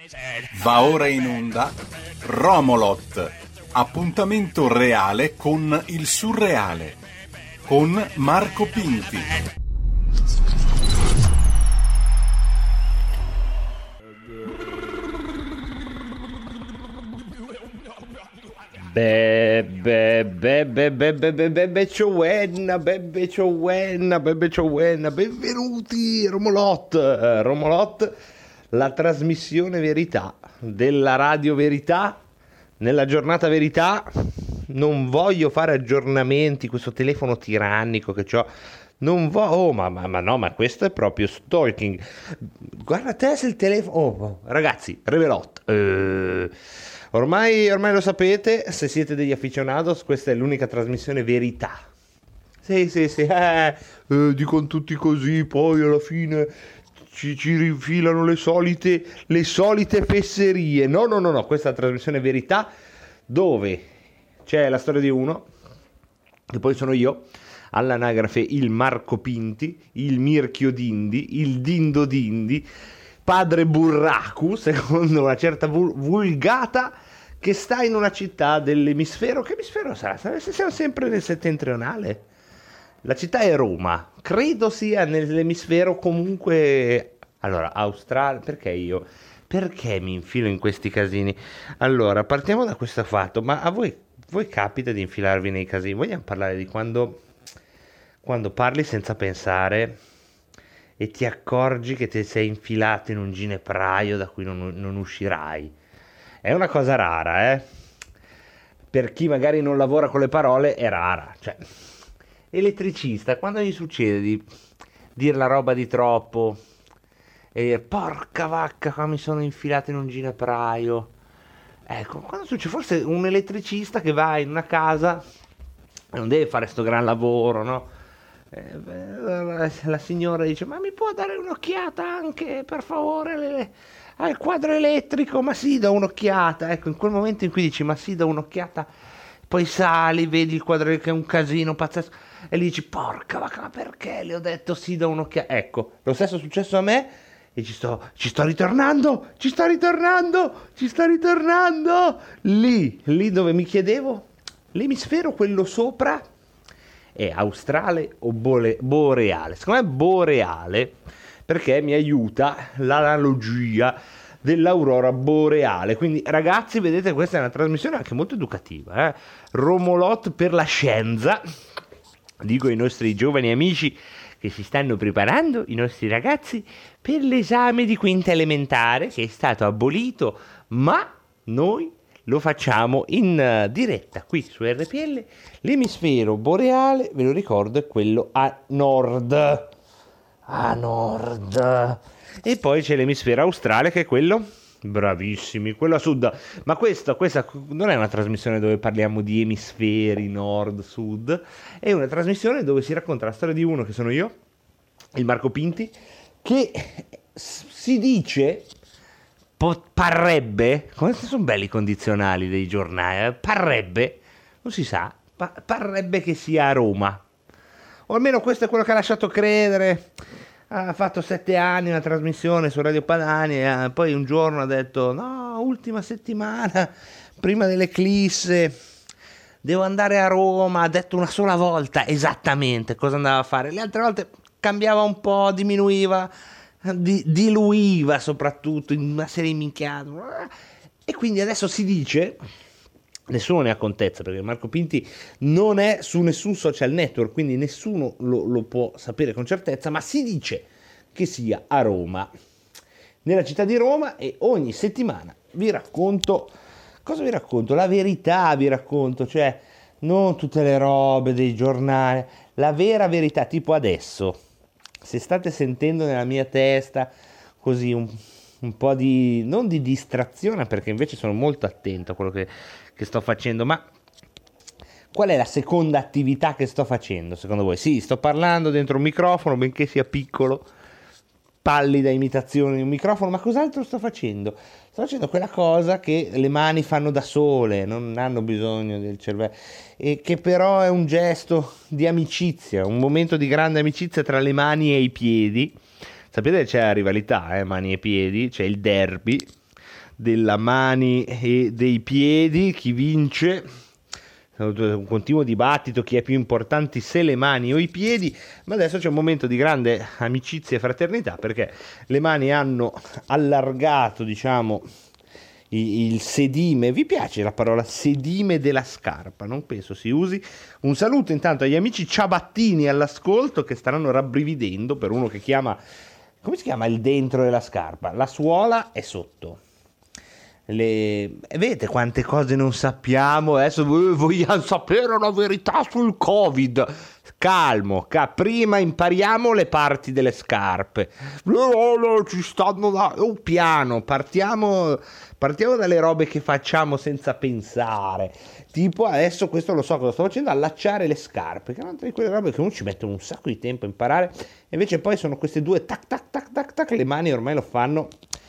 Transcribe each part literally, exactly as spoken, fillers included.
Va ora in onda Romolot, appuntamento reale con il surreale, con Marco Pinti. Bebe, bebe, bebe, bebe, beciowenna, bebe, ciowenna, bebe, ciowenna, benvenuti Romolot, Romolot, la trasmissione verità della Radio Verità, nella giornata verità. Non voglio fare aggiornamenti, questo telefono tirannico che ho, non voglio, oh ma, ma, ma no, ma questo è proprio stalking, guarda te se il telefono, oh, ragazzi, Revelot, eh... Ormai, ormai lo sapete, se siete degli aficionados, questa è l'unica trasmissione verità. Sì, sì, sì, eh, eh, dicono tutti così, poi alla fine ci, ci rinfilano le solite, le solite fesserie. No, no, no, no, questa è la trasmissione verità, dove c'è la storia di uno, che poi sono io, all'anagrafe il Marco Pinti, il Mirchio Dindi, il Dindo Dindi, padre burracu, secondo una certa vul- vulgata, che sta in una città dell'emisfero. Che emisfero sarà? Siamo sempre nel settentrionale. La città è Roma, credo sia nell'emisfero comunque. Allora, Australia, perché io? Perché mi infilo in questi casini? Allora, partiamo da questo fatto, ma a voi, voi capita di infilarvi nei casini? Vogliamo parlare di quando, quando parli senza pensare e ti accorgi che ti sei infilato in un ginepraio da cui non, non uscirai. È una cosa rara, eh? Per chi magari non lavora con le parole è rara. Cioè, elettricista, quando gli succede di dire la roba di troppo e dire porca vacca qua mi sono infilato in un ginepraio. Ecco, quando succede, forse un elettricista che va in una casa e non deve fare sto gran lavoro, no? La signora dice: ma mi può dare un'occhiata anche per favore le, le, al quadro elettrico? Ma sì, do un'occhiata. Ecco, in quel momento in cui dici ma sì, do un'occhiata, poi sali, vedi il quadro che è un casino pazzesco e gli dici porca vacca, ma perché le ho detto sì, do un'occhiata? Ecco, lo stesso è successo a me e ci sto, ci sto ritornando, ci sto ritornando, ci sto ritornando lì, lì dove mi chiedevo, l'emisfero quello sopra è australe o bole, boreale? Secondo me boreale, perché mi aiuta l'analogia dell'aurora boreale. Quindi ragazzi, vedete, questa è una trasmissione anche molto educativa, eh? Romolot per la scienza, dico ai nostri giovani amici che si stanno preparando, i nostri ragazzi, per l'esame di quinta elementare che è stato abolito, ma noi lo facciamo in uh, diretta qui su R P L. L'emisfero boreale, ve lo ricordo, è quello a nord, a nord, e poi c'è l'emisfero australe che è quello, bravissimi, quello a sud. Ma questo, questa non è una trasmissione dove parliamo di emisferi nord, sud, è una trasmissione dove si racconta la storia di uno che sono io, il Marco Pinti, che si dice, parrebbe, questi sono belli condizionali dei giornali, eh? parrebbe, non si sa, pa- parrebbe che sia a Roma, o almeno questo è quello che ha lasciato credere. Ha fatto sette anni una trasmissione su Radio Padania, poi un giorno ha detto no, ultima settimana prima dell'eclisse devo andare a Roma, ha detto una sola volta esattamente cosa andava a fare, le altre volte cambiava un po', diminuiva, Di, diluiva soprattutto in una serie di minchiate, e quindi adesso si dice, nessuno ne ha contezza perché Marco Pinti non è su nessun social network, quindi nessuno lo, lo può sapere con certezza, ma si dice che sia a Roma, nella città di Roma, e ogni settimana vi racconto, cosa vi racconto? La verità vi racconto, cioè non tutte le robe dei giornali, la vera verità, tipo adesso. Se state sentendo nella mia testa così un, un po' di, non di distrazione, perché invece sono molto attento a quello che, che sto facendo, ma qual è la seconda attività che sto facendo secondo voi? Sì, sto parlando dentro un microfono, benché sia piccolo, pallida imitazione di un microfono, ma cos'altro sto facendo? Sto facendo quella cosa che le mani fanno da sole, non hanno bisogno del cervello, e che però è un gesto di amicizia, un momento di grande amicizia tra le mani e i piedi. Sapete che c'è la rivalità, eh, mani e piedi, c'è il derby, della mani e dei piedi, chi vince, un continuo dibattito chi è più importante, se le mani o i piedi, ma adesso c'è un momento di grande amicizia e fraternità, perché le mani hanno allargato, diciamo, il sedime. Vi piace la parola sedime della scarpa? Non penso si usi. Un saluto intanto agli amici ciabattini all'ascolto che staranno rabbrividendo per uno che chiama, come si chiama il dentro della scarpa? La suola è sotto. Le... vedete quante cose non sappiamo? Adesso vogliamo sapere la verità sul Covid. Calmo, ca- prima impariamo le parti delle scarpe. No, no, ci stanno da... oh, piano, partiamo, partiamo dalle robe che facciamo senza pensare. Tipo adesso questo lo so cosa sto facendo, allacciare le scarpe, che è una di quelle robe che uno ci mette un sacco di tempo a imparare, e invece poi sono queste due tac tac tac tac tac, le mani ormai lo fanno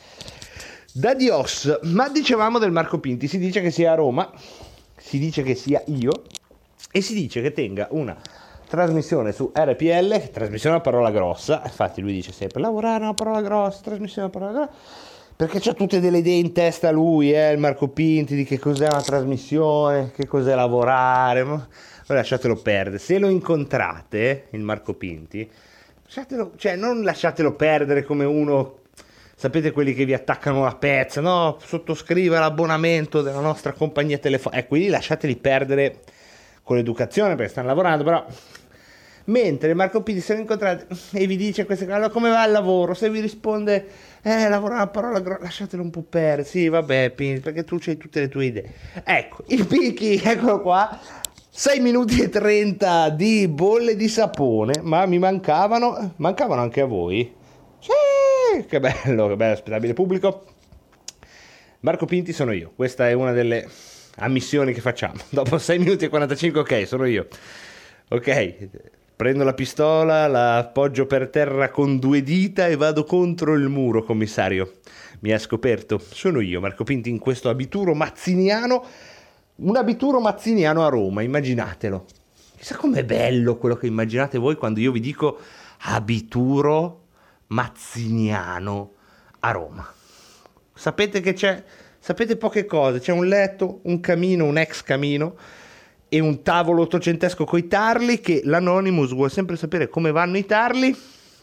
da Dios. Ma dicevamo del Marco Pinti, si dice che sia a Roma, si dice che sia io, e si dice che tenga una trasmissione su R P L, trasmissione è una parola grossa, infatti lui dice sempre lavorare è una parola grossa, trasmissione è una parola grossa, perché c'ha tutte delle idee in testa lui, eh, il Marco Pinti, di che cos'è una trasmissione, che cos'è lavorare, ma lasciatelo perdere. Se lo incontrate, il Marco Pinti, lasciatelo, cioè non lasciatelo perdere come uno, sapete quelli che vi attaccano la pezza, no, sottoscrive l'abbonamento della nostra compagnia telefonica, ecco, lì lasciateli perdere con l'educazione perché stanno lavorando, però mentre Marco Pinti se lo incontrate e vi dice queste cose, allora come va il lavoro, se vi risponde eh lavoro è una parola gro- lasciatelo un po' perdere, sì vabbè Pinti, perché tu c'hai tutte le tue idee. Ecco il Pinky, eccolo qua, sei minuti e trenta di bolle di sapone, ma mi mancavano mancavano anche a voi. Sì, che bello, che bello spettacolo pubblico. Marco Pinti sono io, questa è una delle ammissioni che facciamo. Dopo sei minuti e quarantacinque, ok, sono io. Ok, prendo la pistola, la appoggio per terra con due dita e vado contro il muro, commissario. Mi ha scoperto, sono io, Marco Pinti, in questo abituro mazziniano, un abituro mazziniano a Roma, immaginatelo. Chissà com'è bello quello che immaginate voi quando io vi dico abituro mazziniano a Roma. Sapete che c'è, sapete poche cose, c'è un letto, un camino, un ex camino e un tavolo ottocentesco coi tarli, che l'Anonymous vuole sempre sapere come vanno i tarli.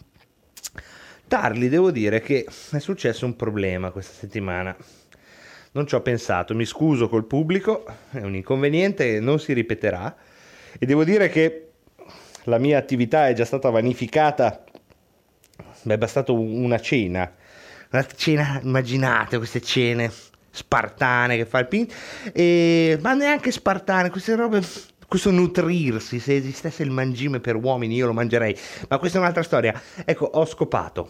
Tarli, devo dire che è successo un problema questa settimana, non ci ho pensato, mi scuso col pubblico, è un inconveniente, non si ripeterà, e devo dire che la mia attività è già stata vanificata. Beh, è bastato una cena, una cena, immaginate queste cene spartane che fa il Pinti, e, ma neanche spartane, queste robe, questo nutrirsi, se esistesse il mangime per uomini io lo mangerei, ma questa è un'altra storia. Ecco, ho scopato,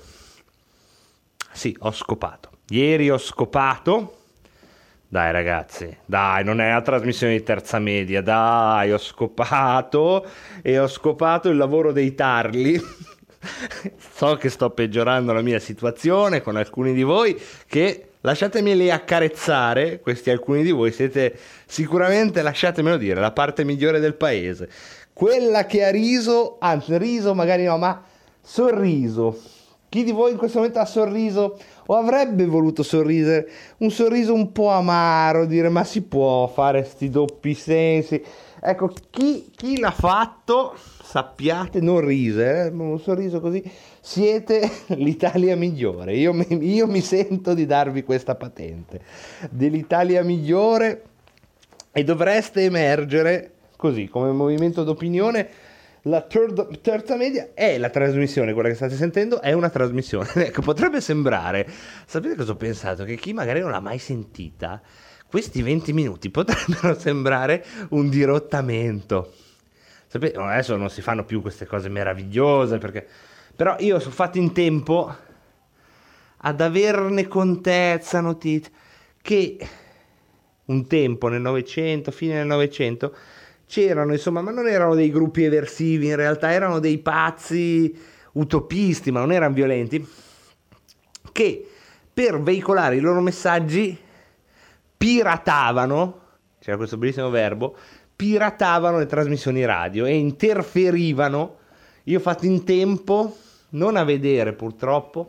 sì, ho scopato, ieri ho scopato, dai ragazzi, dai, non è la trasmissione di terza media, dai, ho scopato, e ho scopato il lavoro dei tarli. So che sto peggiorando la mia situazione con alcuni di voi, che lasciatemeli accarezzare, questi alcuni di voi siete sicuramente, lasciatemelo dire, la parte migliore del paese, quella che ha riso, anzi riso magari no, ma sorriso. Chi di voi in questo momento ha sorriso o avrebbe voluto sorridere? Un sorriso un po' amaro, dire ma si può fare sti doppi sensi. Ecco, chi, chi l'ha fatto, sappiate, non rise, eh? Un sorriso così, siete l'Italia migliore. Io mi, io mi sento di darvi questa patente dell'Italia migliore, e dovreste emergere così come movimento d'opinione. La third, terza media è la trasmissione, quella che state sentendo è una trasmissione. Ecco, potrebbe sembrare, sapete cosa ho pensato? Che chi magari non l'ha mai sentita, questi venti minuti potrebbero sembrare un dirottamento. Sapete, adesso non si fanno più queste cose meravigliose, perché però io sono fatto in tempo ad averne contezza, notizia, che un tempo nel Novecento, fine del Novecento, c'erano, insomma, ma non erano dei gruppi eversivi, in realtà erano dei pazzi utopisti, ma non erano violenti, che per veicolare i loro messaggi piratavano, c'era questo bellissimo verbo, piratavano le trasmissioni radio e interferivano. Io ho fatto in tempo non a vedere purtroppo,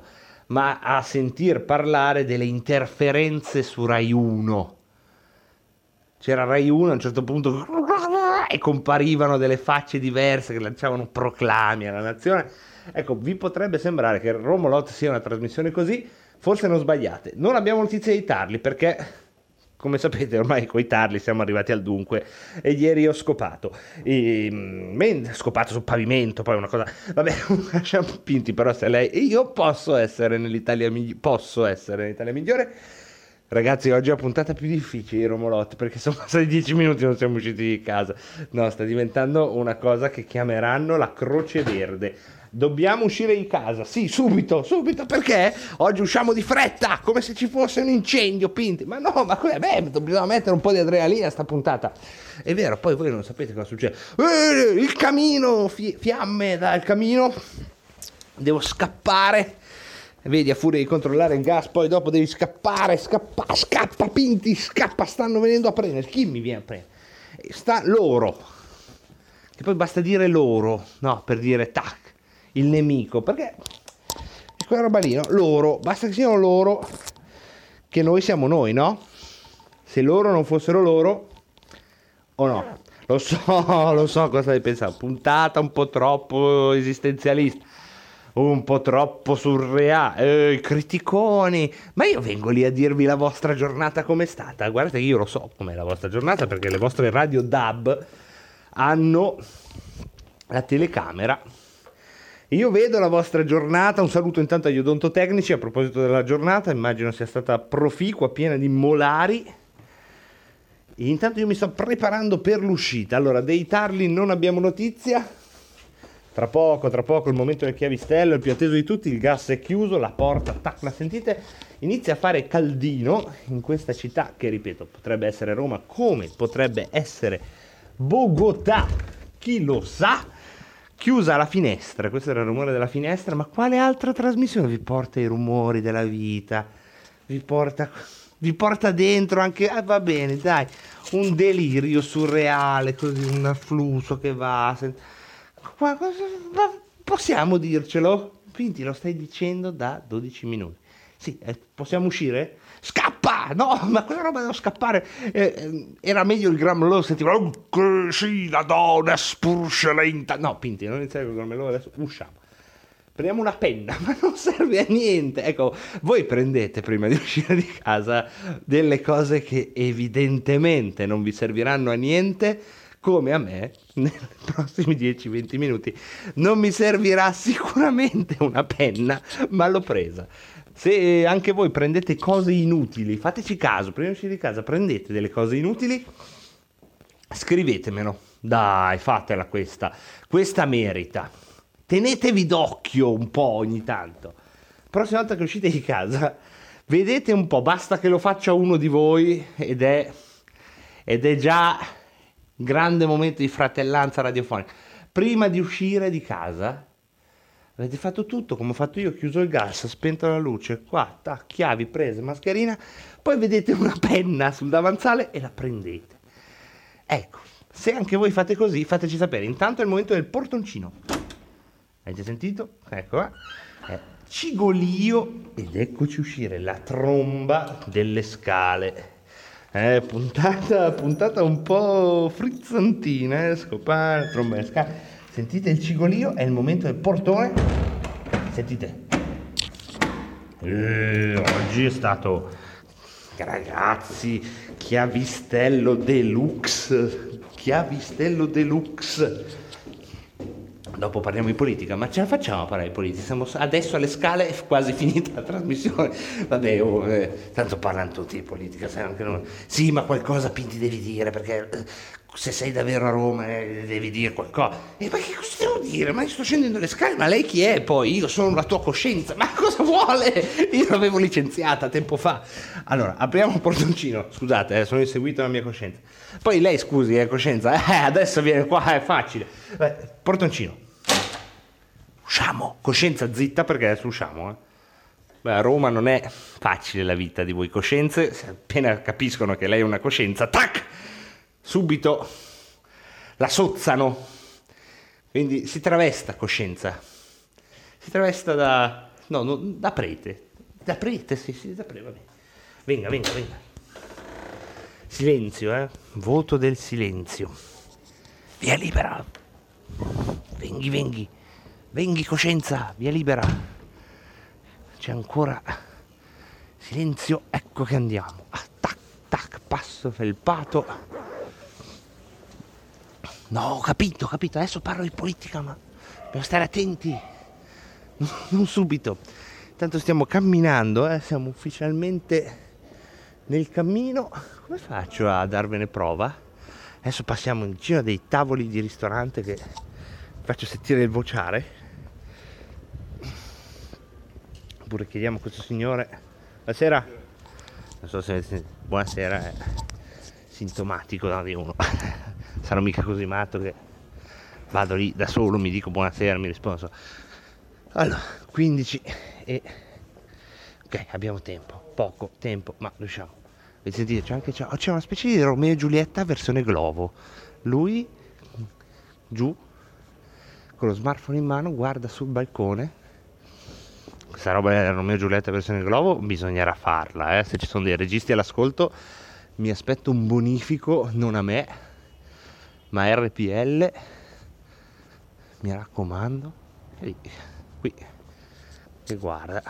ma a sentir parlare delle interferenze su Rai uno. C'era Rai uno a un certo punto e comparivano delle facce diverse che lanciavano proclami alla nazione. Ecco, vi potrebbe sembrare che Romolot sia una trasmissione così, forse non sbagliate. Non abbiamo notizie di tarli perché, come sapete, ormai coi tarli siamo arrivati al dunque e ieri ho scopato. E, men- scopato sul pavimento, poi una cosa... Vabbè, lasciamo Pinti, però se lei... Io posso essere nell'Italia, migli- posso essere nell'Italia migliore. Ragazzi, oggi è la puntata più difficile, Romolot, perché sono passati dieci minuti e non siamo usciti di casa. No, sta diventando una cosa che chiameranno la Croce Verde. Dobbiamo uscire di casa, sì, subito, subito, perché oggi usciamo di fretta, come se ci fosse un incendio, Pinti. Ma no, ma beh, dobbiamo mettere un po' di adrenalina a sta puntata. È vero, poi voi non sapete cosa succede. Eh, il camino, fi- fiamme dal camino, devo scappare. Vedi, a furia di controllare il gas, poi dopo devi scappare, scappa, scappa, Pinti, scappa, stanno venendo a prendere. Chi mi viene a prendere? Sta loro. Che poi basta dire loro, no, per dire tac, il nemico, perché è quella roba lì, no? Loro, basta che siano loro, che noi siamo noi, no? Se loro non fossero loro, o no? Lo so, lo so cosa devi pensare, puntata un po' troppo esistenzialista. Un po' troppo surreale, eh, criticoni, ma io vengo lì a dirvi la vostra giornata com'è stata. Guardate che io lo so com'è la vostra giornata perché le vostre radio D A B hanno la telecamera. Io vedo la vostra giornata. Un saluto intanto agli odontotecnici a proposito della giornata, immagino sia stata proficua, piena di molari. E intanto io mi sto preparando per l'uscita. Allora, dei tarli non abbiamo notizia. Tra poco, tra poco, il momento del chiavistello, il più atteso di tutti, il gas è chiuso, la porta, tac, la sentite? Inizia a fare caldino in questa città che, ripeto, potrebbe essere Roma, come potrebbe essere Bogotà, chi lo sa? Chiusa la finestra, questo era il rumore della finestra, ma quale altra trasmissione vi porta i rumori della vita? Vi porta, vi porta dentro anche, ah, va bene, dai, un delirio surreale, così, un afflusso che va... Sen- Ma cosa, ma possiamo dircelo? Pinti, lo stai dicendo da dodici minuti. Sì, eh, possiamo uscire? Scappa! No, ma quella roba devo scappare. Eh, eh, era meglio il Gramelò, sentiva, oh, che sì, la donna spurce lenta. No, Pinti, non iniziare con il Gramelò, adesso usciamo. Prendiamo una penna, ma non serve a niente. Ecco, voi prendete prima di uscire di casa delle cose che evidentemente non vi serviranno a niente, come a me nei prossimi dieci venti minuti non mi servirà sicuramente una penna, ma l'ho presa. Se anche voi prendete cose inutili, fateci caso, prima di uscire di casa prendete delle cose inutili, scrivetemelo, dai, fatela questa, questa merita, tenetevi d'occhio un po' ogni tanto. Prossima volta che uscite di casa, vedete un po', basta che lo faccia uno di voi ed è, ed è già... grande momento di fratellanza radiofonica. Prima di uscire di casa avete fatto tutto come ho fatto io, chiuso il gas, spento la luce, qua, tac, chiavi prese, mascherina, poi vedete una penna sul davanzale e la prendete. Ecco, se anche voi fate così, fateci sapere. Intanto è il momento del portoncino. Avete sentito? Ecco qua. Eh, cigolio ed eccoci uscire, la tromba delle scale. Eh, puntata, puntata un po' frizzantina, eh, scopare, trombesca. Sentite il cigolio, è il momento del portone. Sentite. Eh, oggi è stato, ragazzi, chiavistello deluxe, chiavistello deluxe. Dopo parliamo di politica, ma ce la facciamo a parlare di politica? Siamo adesso alle scale, è quasi finita la trasmissione. Vabbè, oh, eh, tanto parlano tutti di politica, sai anche noi. Sì, ma qualcosa Pinti devi dire, perché eh, se sei davvero a Roma eh, devi dire qualcosa. E ma che cosa devo dire? Ma io sto scendendo le scale, ma lei chi è poi? Io sono la tua coscienza, ma cosa vuole? Io l'avevo licenziata tempo fa. Allora, apriamo il portoncino, scusate, eh, sono inseguito dalla mia coscienza. Poi lei, scusi, è eh, coscienza, eh, adesso viene qua, è facile. Eh, portoncino. Usciamo, coscienza zitta perché adesso usciamo. Eh. Beh, a Roma non è facile la vita di voi coscienze, se appena capiscono che lei è una coscienza, tac, subito la sozzano. Quindi si travesta coscienza, si travesta da no, no, da prete, da prete, sì, sì, da prete, vabbè. Venga, venga, venga. Silenzio, eh, voto del silenzio. Via libera. Venghi, venghi, venghi coscienza, via libera. C'è ancora silenzio, ecco che andiamo. Ah, tac, tac, passo felpato. No, ho capito, ho capito, adesso parlo di politica, ma dobbiamo stare attenti. Non subito. Tanto stiamo camminando, eh, siamo ufficialmente nel cammino. Come faccio a darvene prova? Adesso passiamo in giro a dei tavoli di ristorante che faccio sentire il vociare. Oppure chiediamo a questo signore. Buonasera. Non so se, se buonasera è sintomatico, no, di uno. Sarò mica così matto che vado lì da solo, mi dico buonasera, mi rispondo. Allora, quindici e... ok, abbiamo tempo, poco tempo, ma riusciamo. Vedete, sentite, c'è anche c'è, c'è una specie di Romeo e Giulietta versione Glovo. Lui giù con lo smartphone in mano guarda sul balcone. Questa roba è Romeo e Giulietta versione Glovo, bisognerà farla, eh. Se ci sono dei registi all'ascolto mi aspetto un bonifico, non a me ma R P L, mi raccomando. E qui che guarda,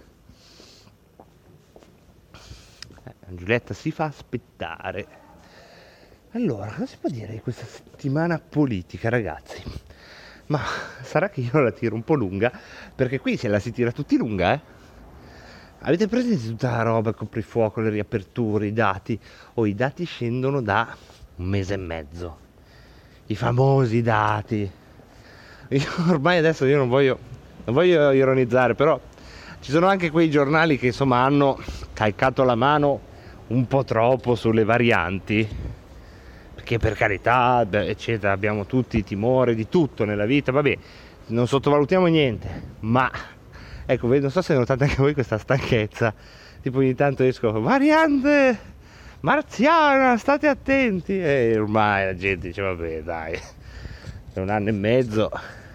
eh, Giulietta si fa aspettare. Allora, cosa si può dire di questa settimana politica, ragazzi? Ma sarà che io la tiro un po' lunga, perché qui se la si tira tutti lunga, eh? Avete presente tutta la roba, il coprifuoco, le riaperture, i dati? O oh, i dati scendono da un mese e mezzo, i famosi dati. Io, ormai adesso io non voglio non voglio ironizzare, però ci sono anche quei giornali che insomma hanno calcato la mano un po' troppo sulle varianti, perché per carità eccetera, abbiamo tutti timore di tutto nella vita, vabbè, non sottovalutiamo niente, ma ecco, non so se notate anche voi questa stanchezza, tipo ogni tanto esco variante marziana, state attenti, e ormai la gente dice vabbè dai, è un anno e mezzo,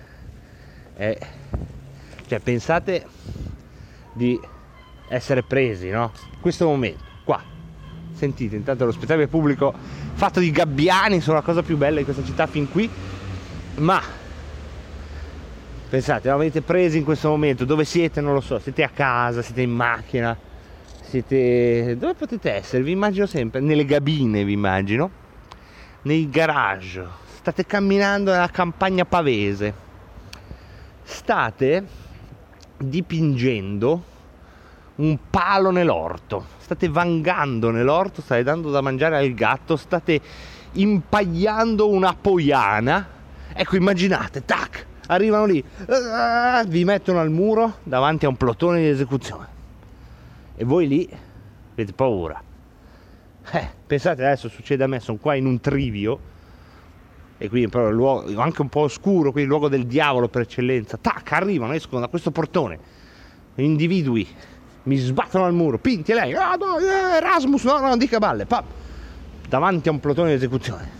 e cioè pensate di essere presi, no? In questo momento qua sentite intanto lo spettacolo pubblico fatto di gabbiani, sono la cosa più bella di questa città fin qui, ma pensate, no, venite presi in questo momento, dove siete non lo so, siete a casa, siete in macchina, siete dove potete essere, vi immagino sempre nelle cabine, vi immagino nei garage, state camminando nella campagna pavese, state dipingendo un palo nell'orto, state vangando nell'orto, state dando da mangiare al gatto, state impagliando una poiana, ecco, immaginate, tac, arrivano lì, vi mettono al muro davanti a un plotone di esecuzione e voi lì avete paura. Eh, pensate, adesso succede a me, sono qua in un trivio e quindi però il luogo anche un po' oscuro, quindi il luogo del diavolo per eccellenza, tac, arrivano, escono da questo portone individui, mi sbattono al muro, Pinti e lei, ah, no, eh, Erasmus, no, no, non dica balle, pap, davanti a un plotone di esecuzione,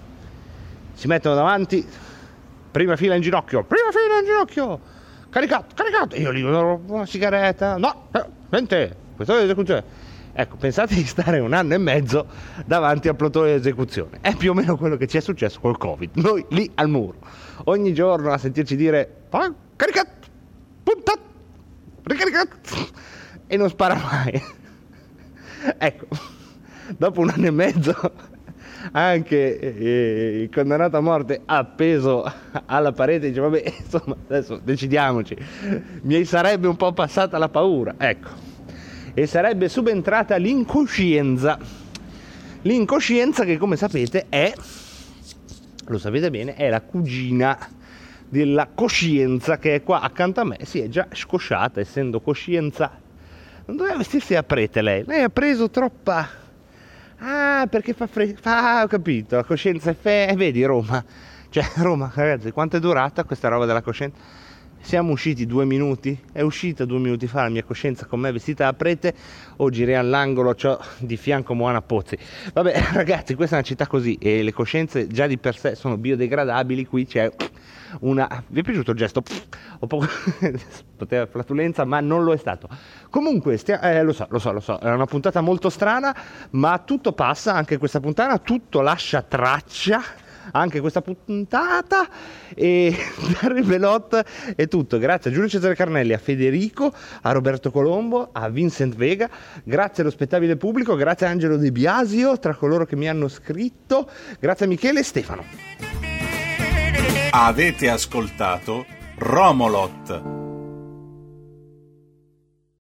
si mettono davanti, prima fila in ginocchio, prima fila in ginocchio, caricato, caricato, io lì una sigaretta, no, eh, niente, plotone di esecuzione. Ecco, pensate di stare un anno e mezzo davanti al plotone di esecuzione. È più o meno quello che ci è successo col Covid. Noi lì al muro, ogni giorno a sentirci dire caricato, puntato, ricaricato, e non spara mai. Ecco, dopo un anno e mezzo anche eh, il condannato a morte appeso alla parete dice vabbè, insomma, adesso decidiamoci, mi sarebbe un po' passata la paura, ecco, e sarebbe subentrata l'incoscienza l'incoscienza che, come sapete, è, lo sapete bene, è la cugina della coscienza, che è qua accanto a me, si è già scosciata, essendo coscienza. Non doveva vestirsi a prete lei, lei ha preso troppa, ah, perché fa freddo, fa, ho capito, la coscienza è fe, e vedi Roma, cioè Roma, ragazzi, quanto è durata questa roba della coscienza? Siamo usciti due minuti, è uscita due minuti fa la mia coscienza con me vestita da prete, oggi re all'angolo c'ho di fianco Moana Pozzi. Vabbè ragazzi, questa è una città così e le coscienze già di per sé sono biodegradabili, qui c'è una... Vi è piaciuto il gesto? Ho poco... poteva flatulenza, ma non lo è stato. Comunque, stia... eh, lo so, lo so, lo so, è una puntata molto strana, ma tutto passa, anche questa puntata, tutto lascia traccia, anche questa puntata, e da Revelot è tutto. Grazie a Giulio Cesare Carnelli, a Federico, a Roberto Colombo, a Vincent Vega, grazie allo spettabile pubblico, grazie a Angelo De Biasio tra coloro che mi hanno scritto, grazie a Michele e Stefano. Avete ascoltato Romolot.